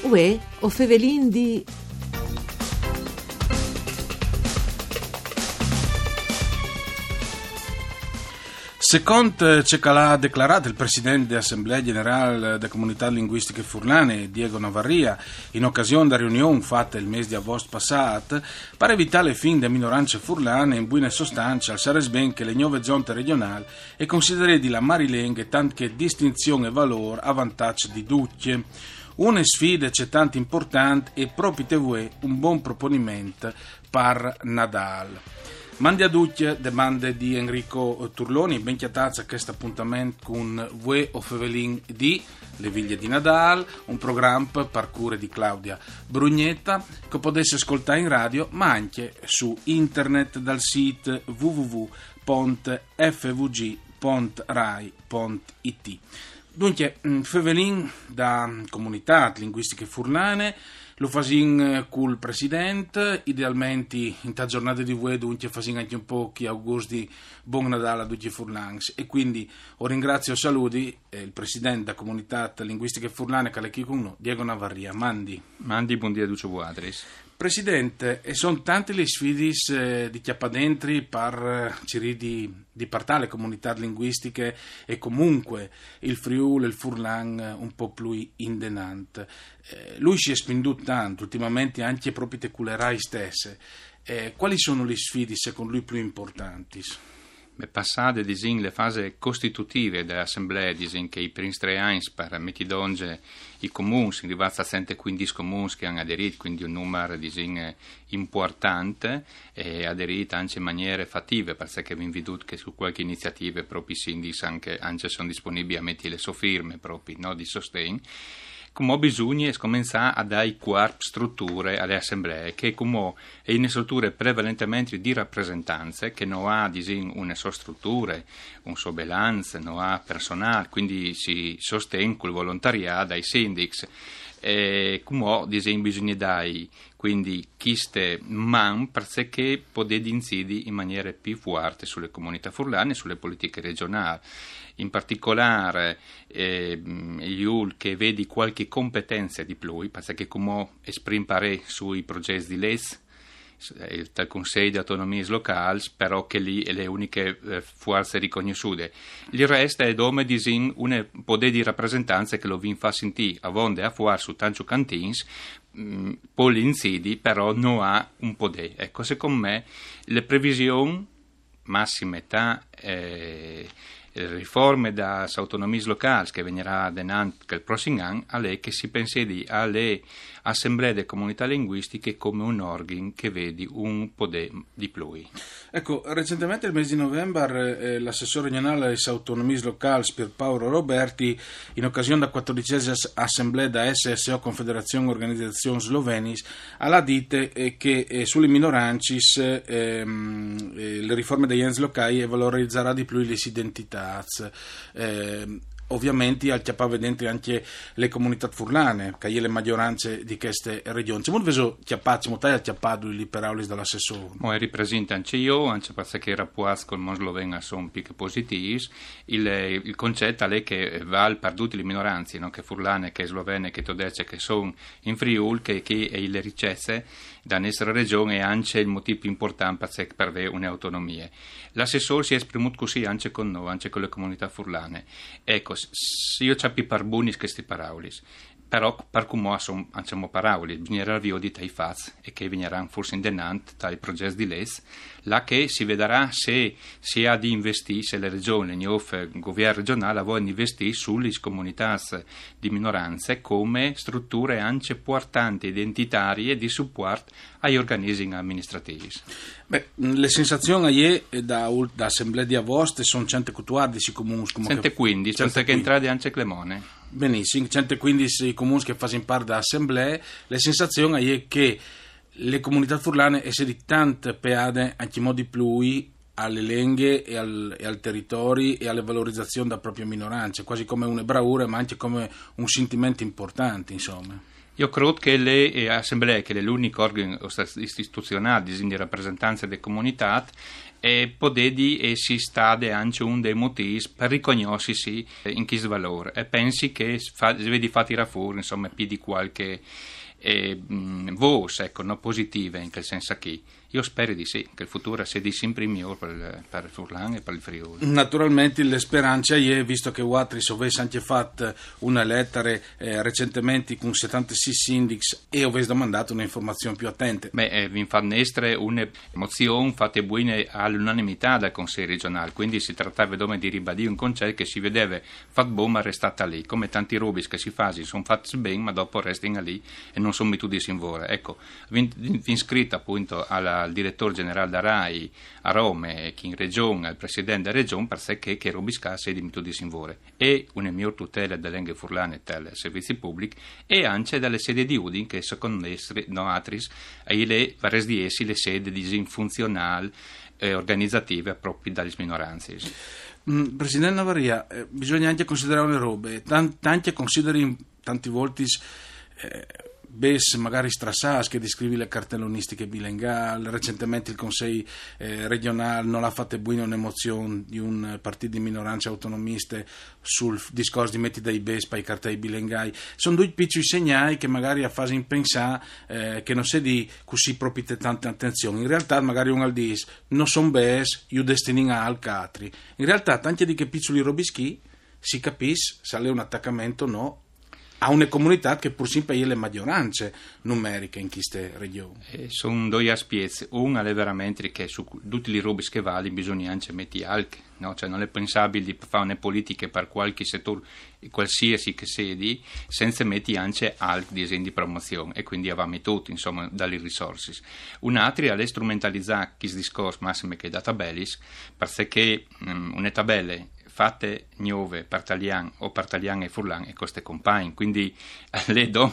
Uè, o fevelin di... Secondo ciò che ha declarato il presidente dell'Assemblea Generale delle Comunità Linguistiche Furlane, Diego Navarria, in occasione della riunione fatta il mese di agosto passato, per evitare le fin delle minoranze furlane, in buona sostanza, alzare ben che le nuove zone regionali e considerare di la marilengue tanto che distinzione e valore a vantaggio di tutti. Una sfida c'è tanto importante e proprio te vuoi un buon proponimento per Nadal. Mandi a tutti domande di Enrico Turloni, ben chiatazza a questo appuntamento con Vue o Fevelin di Le Viglie di Nadal, un programma per cure di Claudia Brugnetta che potesse ascoltare in radio ma anche su internet dal sito www.fvg.rai.it. Dunque, Fevelin da Comunità Linguistiche Furlane lo fasin col presidente, idealmente in ta giornata di Vue dunque fasin anche un po' chi auguri di buon Nadal a tutti i furlans e quindi ringrazio e saluti il presidente da Comunità Linguistiche Furlane che è qui con noi, Diego Navarria. Mandi, buon dia Duccio Buadris. Presidente, e sono tante le sfide di chiappadentri per di partare le comunità linguistiche e comunque il Friuli e il Furlan un po' più indenante. Lui si è spinduto tanto, ultimamente anche proprio te culerai stesse. Quali sono le sfide secondo lui più importanti? Passate le fasi costitutive dell'Assemblea, che i primi 3 anni per mettidonge i comuni, arrivati a 115 comuni che hanno aderito, quindi un numero importante e aderito anche in maniere fattive, perché abbiamo veduto che su qualche iniziativa proprio i sindaci anche sono disponibili a mettere le sue firme proprio, no, di sostegno. Come bisogna cominciare a dare strutture alle assemblee, che come è in strutture prevalentemente di rappresentanze, che non ha una sua struttura, un suo bilancio, non ha personale, quindi si sostiene col volontariato dai sindaci. Come bisogna dare quindi queste man perché potete incidere in maniera più forte sulle comunità furlane e sulle politiche regionali. In particolare io che vedi qualche competenza di più, perché come esprimere sui progetti di legge dal Consiglio di autonomie locali, però che lì è le uniche forze riconosciute. Il resto è dove disin un potere di rappresentanza che lo vi fa sentire a vonde a fuori su tanti cantini, poi incidi, però non ha un potere. Ecco, secondo me le previsioni massima età riforme da autonomie locali che venirà denante il prossimo anno, a lei che si pensi di alle assemblee delle comunità linguistiche come un organo che vedi un potere di più. Ecco, recentemente il mese di novembre l'assessore regionale delle autonomie locali Pierpaolo Roberti, in occasione della 14ª assemblea da SSO Confederazione Organizzazione Slovenis, ha detto che sulle minoranze le riforme degli enti locali valorizzerà di più le identità. Ovviamente al chiappave dentro anche le comunità furlane, che è le maggioranze di queste regioni. C'è molto chiappacci, molto chiappato lì per aulis dall'assessore. Ma ripresenta anche io, anche perché i rapporti con il Slovenia sono più che positivi. Il concetto è che vale per tutte le minoranze, no? Che furlane, che slovene, che tedesche, che sono in Friuli, che le ricette da nostra regione è anche il motivo più importante per avere un'autonomia. L'assessore si è espremuto così anche con noi, anche con le comunità furlane. Ecco, io c'ho per buoni questi parole, però per come sono parole, bisognerà auditare i fatti e che veniranno forse indenanti dai progetti di legge, là che si vedrà se si ha di investire, se le regioni, il governo regionale vogliono investire sulle comunità di minoranze come strutture anche importanti, identitarie di supporto agli organismi amministrativi. Le sensazioni da assemblea di agosto sono 114 comuni. 115, perché entrate anche Clemone. Benissimo, 115 comuni che fanno parte dell'assemblea. Le sensazioni è che le comunità furlane sono di tante peade anche in modi più alle lingue e al territorio e alle valorizzazioni da proprie minoranze, quasi come una bravura ma anche come un sentimento importante, insomma. Io credo che le assemblee, che è l'unico organo istituzionale di rappresentanza delle comunità, e podedi e si stade anche un dei motivi per riconoscersi in questo valore e pensi che vedi fatti fuori insomma più di qualche voce ecco, no, positive in quel senso qui. Io spero di sì, che il futuro sia di sempre migliore per il Furlan e per il Friuli. Naturalmente le speranze è, visto che Uatris avesse anche fatto una lettera recentemente con 76 sindics e avesse domandato un'informazione più attenta. Vi fa nestre una mozione fatta buone all'unanimità dal Consiglio regionale, quindi si trattava di ribadire un concetto che si vedeva fatto buono ma restata lì, come tanti rubis che si fanno, sono fatti bene ma dopo restano lì e non sono mettuti in vore. Ecco, vi iscritto appunto al direttore generale da RAI a Roma e in regione, al presidente della regione, per sé che Robisca sia di mettuti in vore e una miglior tutela delle lingue furlane e dei servizi pubblici e anche dalle sedi di Udin che secondo noi Atris le varie di essi le sedi funzionali e organizzative proprio dalle minoranze. Presidente Navaria, bisogna anche considerare le robe, tanti consideri tanti volti bes magari strassas che descrivi le cartellonistiche bilingali. Recentemente il Consiglio regionale non ha fatto buona un'emozione di un partito di minoranze autonomiste sul discorso di metti dai bes per i cartelli bilingali. Sono due piccoli segnali che magari a fase in pensare che non si di così proprio tante attenzione. In realtà magari un al dis non sono bes, io destinin a al catri. In realtà tanti di che piccoli robischi si capisce se è un attaccamento o no a una comunità che pur sempre ha le maggioranze numeriche in queste regioni. Sono due aspetti. Uno è veramente che su tutti i rubi che vali bisogna anche mettere anche, no? Cioè non è pensabile di fare una politica per qualche settore qualsiasi che sedi senza mettere anche altri disegni di promozione e quindi avevamo tutto insomma dalle risorse. Un altro è strumentalizzare questo discorso massimo che da tabellis perché una tabella fatte nuove per Talian o per Talian e Furlan e queste compagne, quindi le do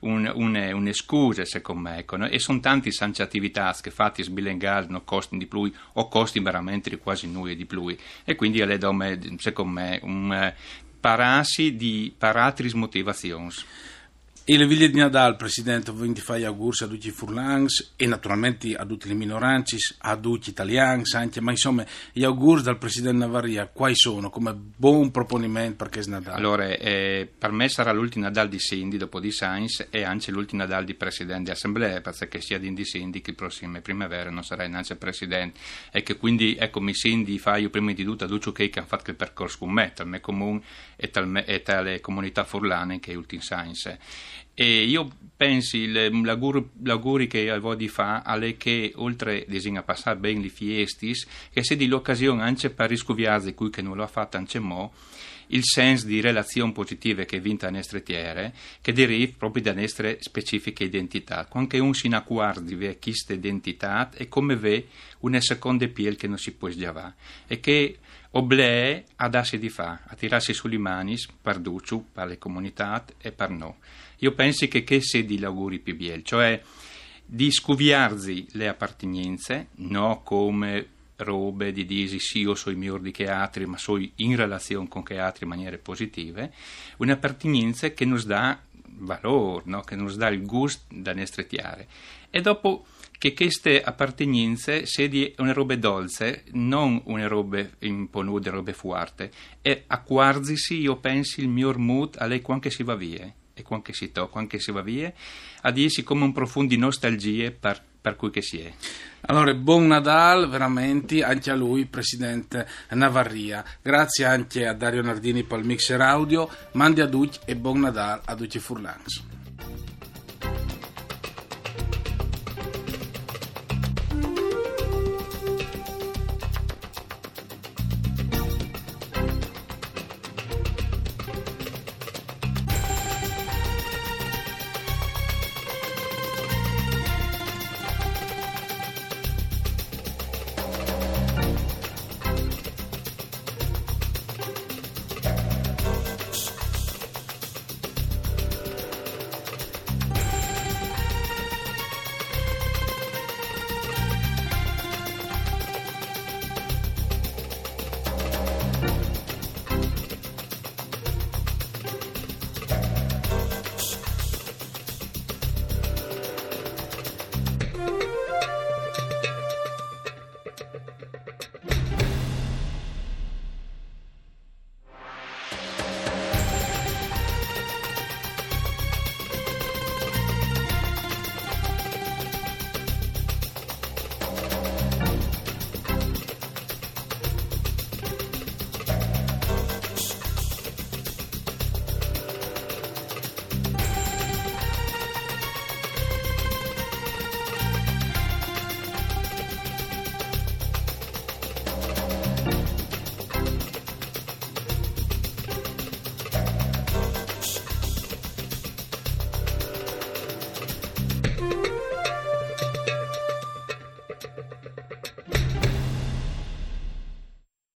un'escusa secondo me, ecco, no? E sono tanti sanci attività che fatti sbilengali non costano di più o costi veramente quasi nulla di più e quindi le do secondo me un parassi di paratris motivazioni. E le viglie di Nadal, Presidente, quindi fai auguri a tutti i furlans e naturalmente a tutte le minoranze, a tutti gli italiani anche, ma insomma gli auguri dal Presidente Navaria quali sono come buon proponimento per questo Nadal? Allora, per me sarà l'ultimo Nadal di Sindi dopo di Sainz e anche l'ultimo Nadal di Presidente di Assemblea perché sia di Sindi che il prossimo primavera non sarà neanche Presidente e che quindi ecco mi Sindi fa io prima di tutto a tutti che hanno fatto il percorso con me, tal me comune e tale comunità furlane che è ultimo Sainz. E io penso l'auguri che avevo di fare è che oltre a passare bene le fiestis che sia di l'occasione anche per riscoviarsi qui che non lo ha fatto anche mo il senso di relazione positive che vinta a nostre terre che deriva proprio da nostre specifiche identità quando un si acquardi di questa identità è come ve una seconda piel che non si può sgiavare e che obblee a darsi di fa, a tirarsi sulle mani per Ducciu, per le comunità e per noi. Io penso che sia di l'auguri più bello, cioè di scuviarsi le appartenenze, non come robe di dire sì io sono migliore di che altri, ma sono in relazione con che altri in maniere positive, un'appartenenza che nos dà valore, no? Che nos dà il gusto da nostre terre. E dopo che queste appartenenze siano una roba dolce, non una roba imponuta, roba forte, e acquarzisi, io penso, il mio mood a lei quando si va via, e quando si va via, a dirsi come un profondo nostalgia per cui che si è. Allora, buon Nadal veramente anche a lui, Presidente Navaria. Grazie anche a Dario Nardini per il mixer audio, mandi a tutti e buon Nadal a tutti i furlans.